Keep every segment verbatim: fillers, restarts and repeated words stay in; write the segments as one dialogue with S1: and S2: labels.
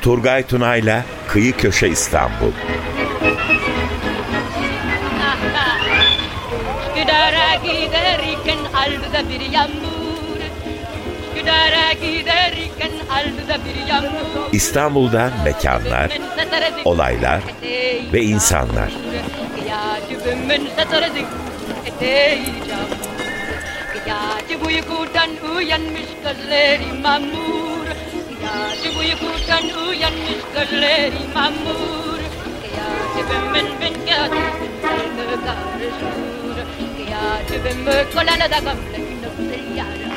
S1: Turgay Tunay'la Kıyı Köşe İstanbul.
S2: Üsküdar'a giderken aldı da bir yağmur. Üsküdar'a giderken aldı da bir yağmur.
S1: İstanbul'da mekanlar, olaylar ve insanlar.
S2: Gece uykudan uyanmış gözleri mamur. Gece uykudan uyanmış gözleri mamur. Gece ben ben gece karışır. Gece ben kolana da gamle yara.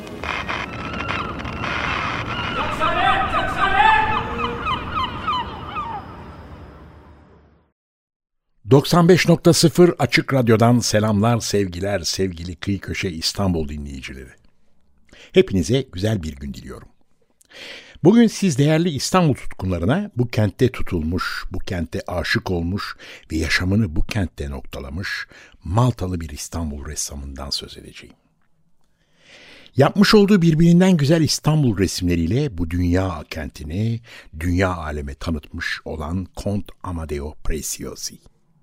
S3: doksan beş nokta sıfır Açık Radyo'dan selamlar, sevgiler sevgili Kıyı Köşe İstanbul dinleyicileri. Hepinize güzel bir gün diliyorum. Bugün siz değerli İstanbul tutkunlarına bu kentte tutulmuş, bu kentte aşık olmuş ve yaşamını bu kentte noktalamış Maltalı bir İstanbul ressamından söz edeceğim. Yapmış olduğu birbirinden güzel İstanbul resimleriyle bu dünya kentini dünya aleme tanıtmış olan Kont Amadeo Preziosi.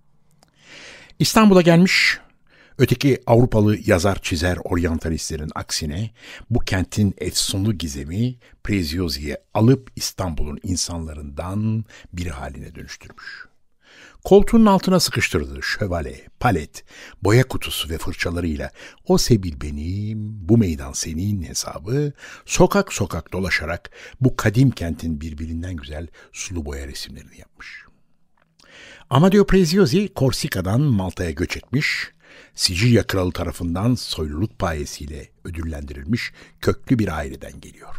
S3: İstanbul'a gelmiş, öteki Avrupalı yazar çizer oryantalistlerin aksine bu kentin efsunlu gizemi Preziosi'ye alıp İstanbul'un insanlarından biri haline dönüştürmüş. Koltuğunun altına sıkıştırdığı şövalye, palet, boya kutusu ve fırçalarıyla o sebil benim, bu meydan senin hesabı sokak sokak dolaşarak bu kadim kentin birbirinden güzel sulu boya resimlerini yapmış. Amadeo Preziosi Korsika'dan Malta'ya göç etmiş, Sicilya kralı tarafından soyluluk payesiyle ödüllendirilmiş köklü bir aileden geliyor.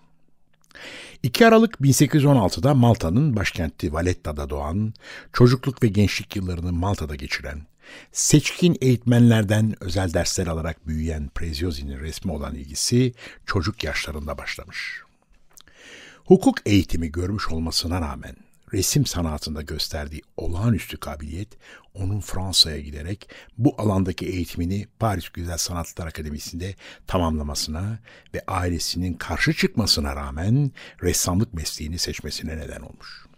S3: iki Aralık bin sekiz yüz on altıda Malta'nın başkenti Valletta'da doğan, çocukluk ve gençlik yıllarını Malta'da geçiren, seçkin eğitmenlerden özel dersler alarak büyüyen Preziosi'nin resme olan ilgisi çocuk yaşlarında başlamış. Hukuk eğitimi görmüş olmasına rağmen resim sanatında gösterdiği olağanüstü kabiliyet onun Fransa'ya giderek bu alandaki eğitimini Paris Güzel Sanatlar Akademisi'nde tamamlamasına ve ailesinin karşı çıkmasına rağmen ressamlık mesleğini seçmesine neden olmuş.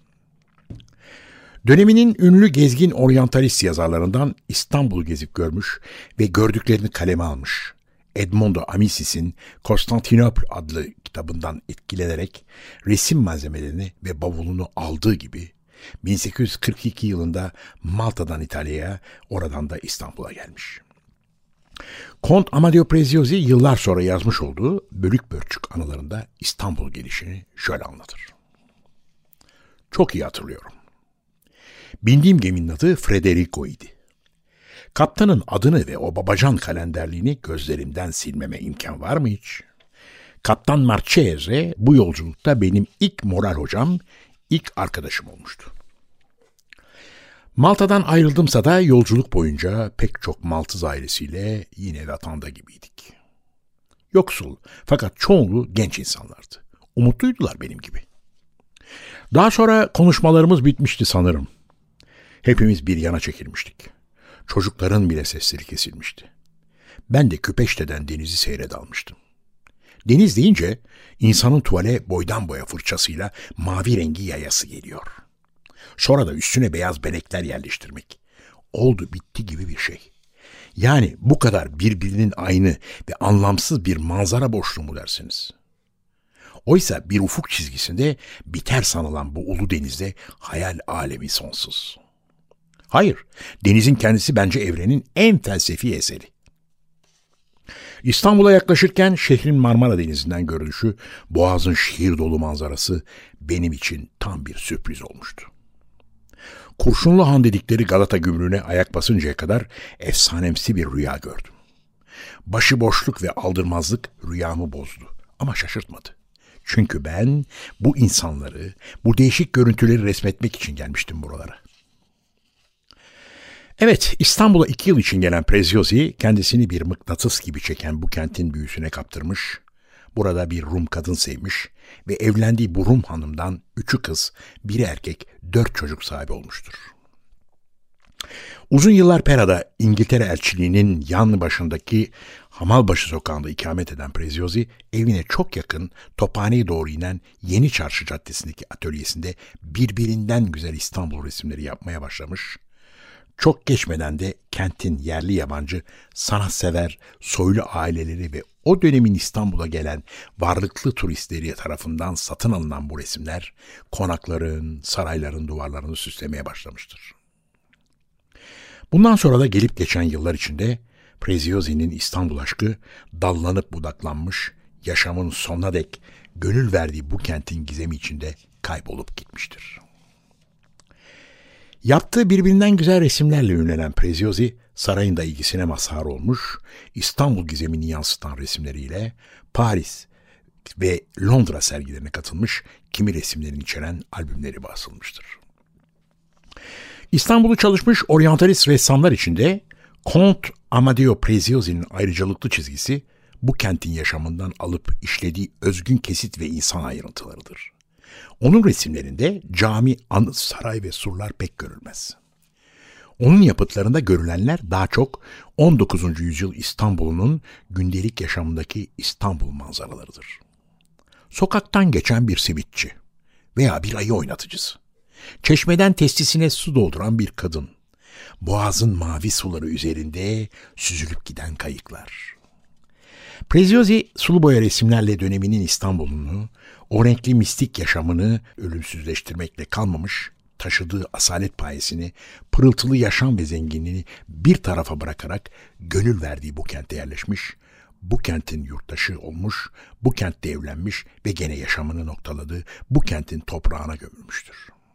S3: Döneminin ünlü gezgin oryantalist yazarlarından İstanbul'u gezip görmüş ve gördüklerini kaleme almış. Edmondo Amisis'in Konstantinopl adlı kitabından etkilenerek resim malzemelerini ve bavulunu aldığı gibi bin sekiz yüz kırk iki yılında Malta'dan İtalya'ya, oradan da İstanbul'a gelmiş. Kont Amadeo Preziosi yıllar sonra yazmış olduğu Bölük Pörçük anılarında İstanbul gelişini şöyle anlatır. Çok iyi hatırlıyorum. Bindiğim geminin adı Frederico idi. Kaptanın adını ve o babacan kalenderliğini gözlerimden silmeme imkan var mı hiç? Kaptan Marchese bu yolculukta benim ilk moral hocam, ilk arkadaşım olmuştu. Malta'dan ayrıldımsa da yolculuk boyunca pek çok Maltız ailesiyle yine vatanda gibiydik. Yoksul fakat çoğunluğu genç insanlardı. Umutluydular benim gibi. Daha sonra konuşmalarımız bitmişti sanırım. Hepimiz bir yana çekilmiştik. Çocukların bile sesleri kesilmişti. Ben de Küpeşte'den denizi seyre dalmıştım. Deniz deyince insanın tuvale boydan boya fırçasıyla mavi rengi yayası geliyor. Sonra da üstüne beyaz benekler yerleştirmek. Oldu bitti gibi bir şey. Yani bu kadar birbirinin aynı ve anlamsız bir manzara boşluğu mu dersiniz? Oysa bir ufuk çizgisinde biter sanılan bu ulu denizde hayal alemi sonsuz. Hayır, denizin kendisi bence evrenin en felsefi eseri. İstanbul'a yaklaşırken şehrin Marmara Denizi'nden görünüşü, Boğaz'ın şiir dolu manzarası benim için tam bir sürpriz olmuştu. Kurşunlu Han dedikleri Galata Gümrüğü'ne ayak basıncaya kadar efsanemsi bir rüya gördüm. Başıboşluk ve aldırmazlık rüyamı bozdu ama şaşırtmadı. Çünkü ben bu insanları, bu değişik görüntüleri resmetmek için gelmiştim buralara. Evet, İstanbul'a iki yıl için gelen Preziosi kendisini bir mıknatıs gibi çeken bu kentin büyüsüne kaptırmış, burada bir Rum kadın sevmiş ve evlendiği bu Rum hanımdan üçü kız, biri erkek, dört çocuk sahibi olmuştur. Uzun yıllar Pera'da İngiltere elçiliğinin yan başındaki Hamalbaşı sokağında ikamet eden Preziosi, evine çok yakın Tophane'ye doğru inen Yeni Çarşı Caddesi'ndeki atölyesinde birbirinden güzel İstanbul resimleri yapmaya başlamış. Çok geçmeden de kentin yerli yabancı, sanatsever, soylu aileleri ve o dönemin İstanbul'a gelen varlıklı turistleri tarafından satın alınan bu resimler, konakların, sarayların duvarlarını süslemeye başlamıştır. Bundan sonra da gelip geçen yıllar içinde Preziosi'nin İstanbul aşkı dallanıp budaklanmış, yaşamın sonuna dek gönül verdiği bu kentin gizemi içinde kaybolup gitmiştir. Yaptığı birbirinden güzel resimlerle ünlenen Preziosi, sarayın da ilgisine mazhar olmuş, İstanbul gizemini yansıtan resimleriyle Paris ve Londra sergilerine katılmış, kimi resimlerini içeren albümleri basılmıştır. İstanbul'u çalışmış oryantalist ressamlar içinde Count Amadeo Preziosi'nin ayrıcalıklı çizgisi, bu kentin yaşamından alıp işlediği özgün kesit ve insan ayrıntılarıdır. Onun resimlerinde cami, anıt, saray ve surlar pek görülmez. Onun yapıtlarında görülenler daha çok on dokuzuncu yüzyıl İstanbul'un gündelik yaşamındaki İstanbul manzaralarıdır. Sokaktan geçen bir simitçi veya bir ayı oynatıcısı, çeşmeden testisine su dolduran bir kadın, boğazın mavi suları üzerinde süzülüp giden kayıklar. Preziosi sulu boya resimlerle döneminin İstanbul'unu, o renkli mistik yaşamını ölümsüzleştirmekle kalmamış, taşıdığı asalet payesini, pırıltılı yaşam ve zenginliğini bir tarafa bırakarak gönül verdiği bu kente yerleşmiş, bu kentin yurttaşı olmuş, bu kentte evlenmiş ve gene yaşamını noktaladığı bu kentin toprağına gömülmüştür.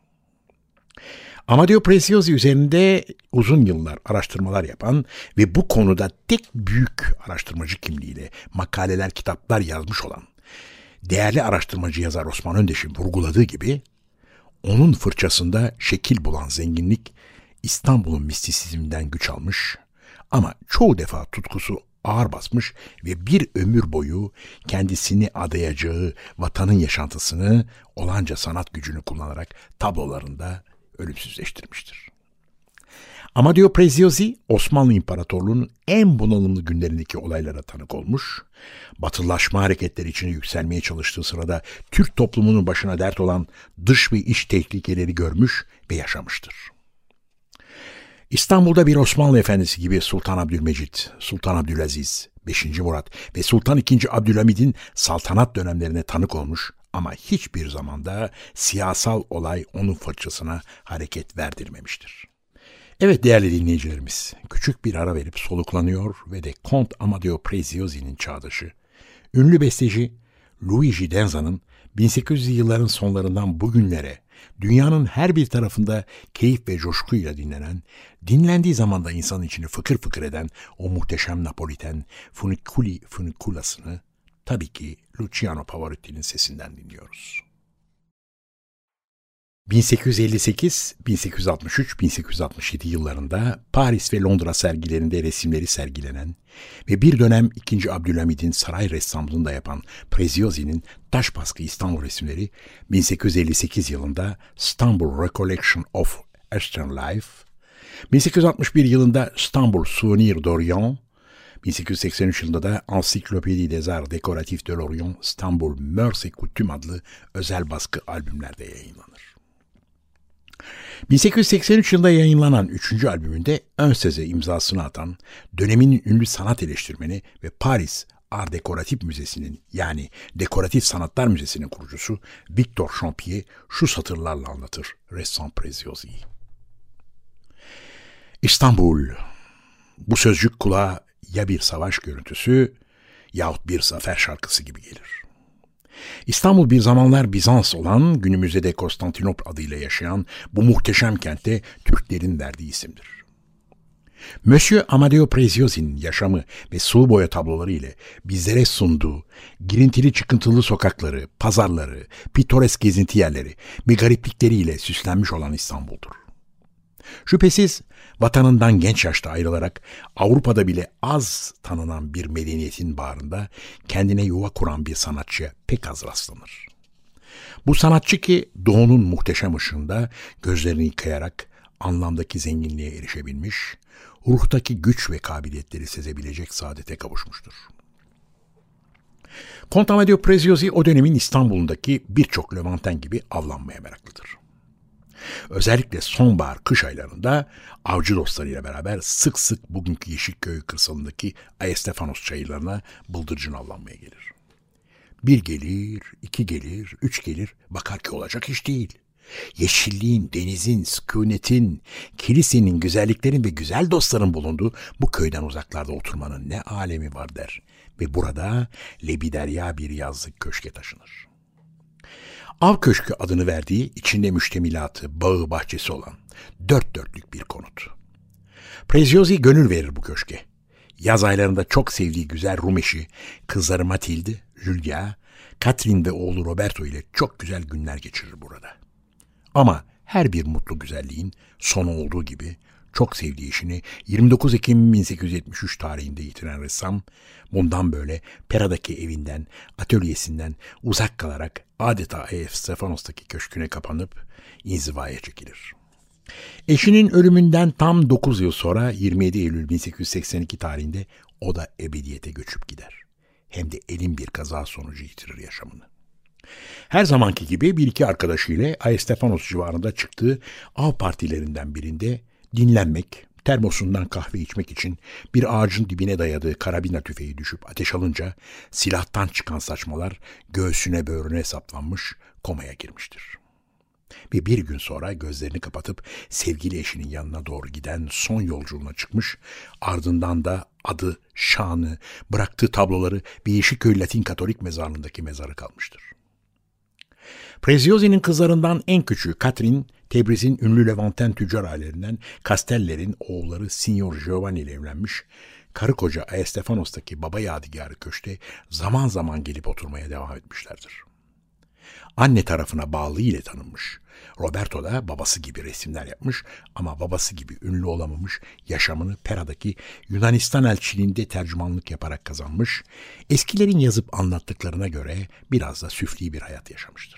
S3: Amadeo Preziosi üzerinde uzun yıllar araştırmalar yapan ve bu konuda tek büyük araştırmacı kimliğiyle makaleler, kitaplar yazmış olan değerli araştırmacı yazar Osman Öndeş'in vurguladığı gibi, onun fırçasında şekil bulan zenginlik İstanbul'un mistisizminden güç almış ama çoğu defa tutkusu ağır basmış ve bir ömür boyu kendisini adayacağı vatanın yaşantısını olanca sanat gücünü kullanarak tablolarında ölümsüzleştirmiştir. Amadeo Preziosi, Osmanlı İmparatorluğu'nun en bunalımlı günlerindeki olaylara tanık olmuş, batılılaşma hareketleri içine yükselmeye çalıştığı sırada Türk toplumunun başına dert olan dış ve iç tehlikeleri görmüş ve yaşamıştır. İstanbul'da bir Osmanlı efendisi gibi Sultan Abdülmecit, Sultan Abdülaziz, beşinci Murat ve Sultan ikinci Abdülhamid'in saltanat dönemlerine tanık olmuş ama hiçbir zamanda siyasal olay onun fırçasına hareket verdirmemiştir. Evet değerli dinleyicilerimiz, küçük bir ara verip soluklanıyor ve de Count Amadeo Preziosi'nin çağdaşı, ünlü besteci Luigi Denza'nın bin sekiz yüzlü yılların sonlarından bugünlere dünyanın her bir tarafında keyif ve coşkuyla dinlenen, dinlendiği zaman da insanın içini fıkır fıkır eden o muhteşem Napoliten Funiculi Funiculas'ını tabii ki Luciano Pavarotti'nin sesinden dinliyoruz. bin sekiz yüz elli sekiz, bin sekiz yüz altmış üç, bin sekiz yüz altmış yedi yıllarında Paris ve Londra sergilerinde resimleri sergilenen ve bir dönem ikinci Abdülhamid'in saray ressamlığında yapan Preziosi'nin taş baskı İstanbul resimleri bin sekiz yüz elli sekiz yılında İstanbul Recollection of Eastern Life, bin sekiz yüz altmış bir yılında İstanbul Souvenir d'Orient, bin sekiz yüz seksen üç yılında da Encyclopédie des Arts Décoratifs de l'Orient İstanbul Mœurs et Coutumes adlı özel baskı albümlerde yayınlanır. bin sekiz yüz seksen üç yılında yayınlanan üçüncü albümünde ön seze imzasını atan dönemin ünlü sanat eleştirmeni ve Paris Art Dekoratif Müzesi'nin yani Dekoratif Sanatlar Müzesi'nin kurucusu Victor Champier şu satırlarla anlatır ressam Preziosi'yi. İstanbul, bu sözcük kulağa ya bir savaş görüntüsü yahut bir zafer şarkısı gibi gelir. İstanbul bir zamanlar Bizans olan, günümüzde de Konstantinopol adıyla yaşayan bu muhteşem kentte Türklerin verdiği isimdir. Monsieur Amadeo Preziosi'nin yaşamı ve sulu boya tabloları ile bizlere sunduğu girintili çıkıntılı sokakları, pazarları, pitoresk gezinti yerleri ve gariplikleriyle süslenmiş olan İstanbul'dur. Şüphesiz vatanından genç yaşta ayrılarak Avrupa'da bile az tanınan bir medeniyetin bağrında kendine yuva kuran bir sanatçıya pek az rastlanır. Bu sanatçı ki doğunun muhteşem ışığında gözlerini yıkayarak anlamdaki zenginliğe erişebilmiş, ruhtaki güç ve kabiliyetleri sezebilecek saadete kavuşmuştur. Conte Amadeo Preziosi o dönemin İstanbul'undaki birçok Levanten gibi avlanmaya meraklıdır. Özellikle sonbahar, kış aylarında avcı dostlarıyla beraber sık sık bugünkü Yeşilköy kırsalındaki Ayestefanos çayırlarına bıldırcın avlanmaya gelir. Bir gelir, iki gelir, üç gelir, bakar ki olacak iş değil. Yeşilliğin, denizin, sükunetin, kilisenin, güzelliklerin ve güzel dostların bulunduğu bu köyden uzaklarda oturmanın ne alemi var der. Ve burada lebiderya bir yazlık köşke taşınır. Av Köşkü adını verdiği, içinde müştemilatı, bağı, bahçesi olan dört dörtlük bir konut. Preziosi gönül verir bu köşke. Yaz aylarında çok sevdiği güzel Rum eşi, kızları Matilde, Julia, Catherine ve oğlu Roberto ile çok güzel günler geçirir burada. Ama her bir mutlu güzelliğin sonu olduğu gibi çok sevdiği eşini yirmi dokuz Ekim bin sekiz yüz yetmiş üç tarihinde yitiren ressam bundan böyle Pera'daki evinden, atölyesinden uzak kalarak adeta Ayestefanos'taki köşküne kapanıp inzivaya çekilir. Eşinin ölümünden tam dokuz yıl sonra yirmi yedi Eylül bin sekiz yüz seksen iki tarihinde o da ebediyete göçüp gider. Hem de elin bir kaza sonucu yitirir yaşamını. Her zamanki gibi bir iki arkadaşıyla Ayestefanos civarında çıktığı av partilerinden birinde dinlenmek, termosundan kahve içmek için bir ağacın dibine dayadığı karabina tüfeği düşüp ateş alınca silahtan çıkan saçmalar göğsüne böğrüne saplanmış komaya girmiştir. Ve bir gün sonra gözlerini kapatıp sevgili eşinin yanına doğru giden son yolculuğuna çıkmış, ardından da adı, şanı, bıraktığı tabloları ve Yeşilköy Latin Katolik mezarlığındaki mezarı kalmıştır. Preziosi'nin kızlarından en küçüğü Catherine, Tebriz'in ünlü Levanten tüccar ailelerinden Casteller'in oğulları Signor Giovanni ile evlenmiş, karı koca Ayestefanos'taki baba yadigarı köşkte zaman zaman gelip oturmaya devam etmişlerdir. Anne tarafına bağlı ile tanınmış. Roberto da babası gibi resimler yapmış ama babası gibi ünlü olamamış, yaşamını Pera'daki Yunanistan elçiliğinde tercümanlık yaparak kazanmış, eskilerin yazıp anlattıklarına göre biraz da süfli bir hayat yaşamıştır.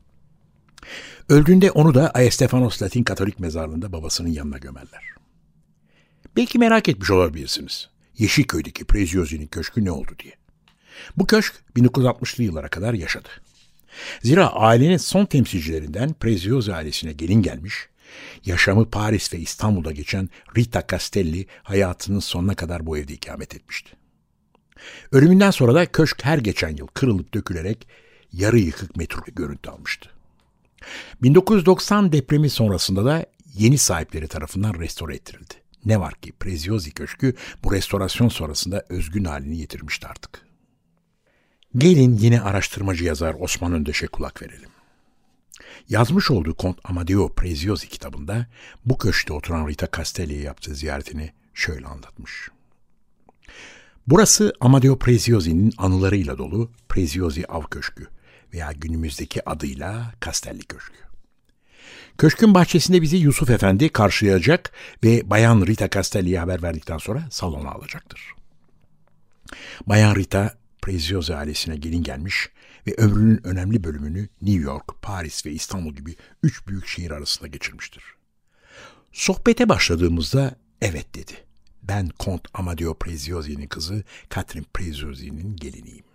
S3: Öldüğünde onu da Ayestefanos Latin Katolik mezarlığında babasının yanına gömerler. Belki merak etmiş olabilirsiniz, Yeşilköy'deki Preziosi'nin köşkü ne oldu diye. Bu köşk bin dokuz yüz altmışlı yıllara kadar yaşadı. Zira ailenin son temsilcilerinden Preziosi ailesine gelin gelmiş, yaşamı Paris ve İstanbul'da geçen Rita Castelli hayatının sonuna kadar bu evde ikamet etmişti. Ölümünden sonra da köşk her geçen yıl kırılıp dökülerek yarı yıkık metruk bir görüntü almıştı. bin dokuz yüz doksan depremi sonrasında da yeni sahipleri tarafından restore ettirildi. Ne var ki Preziosi Köşkü bu restorasyon sonrasında özgün halini yitirmişti artık. Gelin yine araştırmacı yazar Osman Öndeş'e kulak verelim. Yazmış olduğu Conte Amadeo Preziosi kitabında bu köşkte oturan Rita Castelli'ye yaptığı ziyaretini şöyle anlatmış. Burası Amadeo Preziosi'nin anılarıyla dolu Preziosi Av Köşkü veya günümüzdeki adıyla Castelli Köşkü. Köşkün bahçesinde bizi Yusuf Efendi karşılayacak ve Bayan Rita Castelli'ye haber verdikten sonra salona alacaktır. Bayan Rita, Preziosi ailesine gelin gelmiş ve ömrünün önemli bölümünü New York, Paris ve İstanbul gibi üç büyük şehir arasında geçirmiştir. Sohbete başladığımızda evet dedi. Ben Conte Amadeo Preziosi'nin kızı Catherine Preziosi'nin geliniyim.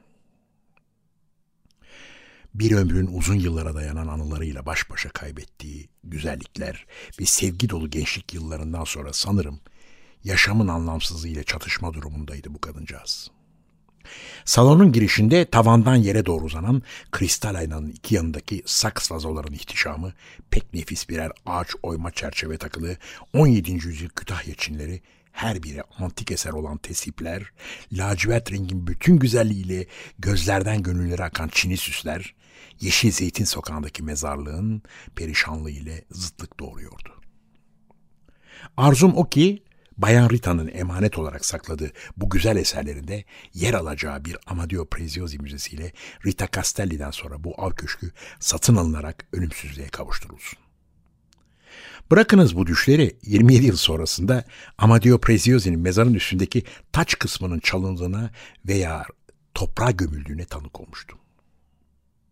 S3: Bir ömrün uzun yıllara dayanan anılarıyla baş başa kaybettiği güzellikler ve sevgi dolu gençlik yıllarından sonra sanırım yaşamın anlamsızlığıyla çatışma durumundaydı bu kadıncağız. Salonun girişinde tavandan yere doğru uzanan kristal aynanın iki yanındaki saks vazoların ihtişamı, pek nefis birer ağaç oyma çerçeve takılı on yedinci yüzyıl Kütahya çinleri, her biri antik eser olan tesipler, lacivert rengin bütün güzelliğiyle gözlerden gönüllere akan çini süsler, Yeşil Zeytin Sokağı'ndaki mezarlığın perişanlığı ile zıtlık doğuruyordu. Arzum o ki, Bayan Rita'nın emanet olarak sakladığı bu güzel eserlerinde yer alacağı bir Amadeo Preziosi müzesiyle Rita Castelli'den sonra bu av köşkü satın alınarak ölümsüzlüğe kavuşturulsun. Bırakınız bu düşleri, yirmi yedi yıl sonrasında Amadeo Preziosi'nin mezarın üstündeki taç kısmının çalındığına veya toprağa gömüldüğüne tanık olmuştum.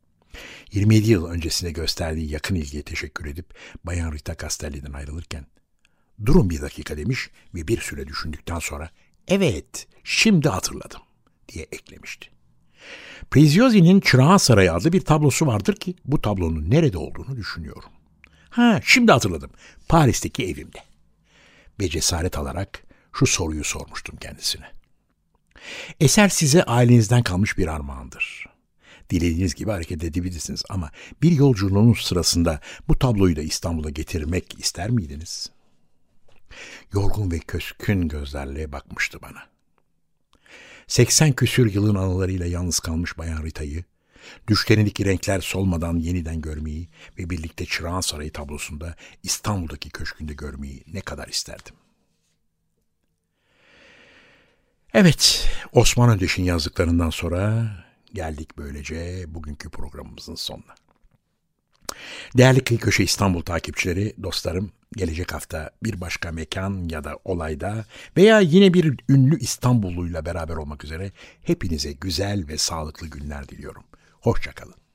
S3: yirmi yedi yıl öncesine gösterdiği yakın ilgiye teşekkür edip Bayan Rita Castelli'den ayrılırken Durun bir dakika demiş ve bir süre düşündükten sonra evet şimdi hatırladım diye eklemişti. Preziozi'nin Çırağan Sarayı adlı bir tablosu vardır ki bu tablonun nerede olduğunu düşünüyorum. Ha şimdi hatırladım. Paris'teki evimde. Ve cesaret alarak şu soruyu sormuştum kendisine. Eser size ailenizden kalmış bir armağandır. Dilediğiniz gibi hareket edebilirsiniz ama bir yolculuğunuz sırasında bu tabloyu da İstanbul'a getirmek ister miydiniz? Yorgun ve köskün gözlerle bakmıştı bana. seksen küsür yılın anılarıyla yalnız kalmış Bayan Rita'yı, düşlerindeki renkler solmadan yeniden görmeyi ve birlikte Çırağan Sarayı tablosunda İstanbul'daki köşkünde görmeyi ne kadar isterdim. Evet, Osman Öndeş'in yazdıklarından sonra geldik böylece bugünkü programımızın sonuna. Değerli Kıyı Köşe İstanbul takipçileri, dostlarım, gelecek hafta bir başka mekan ya da olayda veya yine bir ünlü İstanbulluyla beraber olmak üzere hepinize güzel ve sağlıklı günler diliyorum. Hoşça kalın.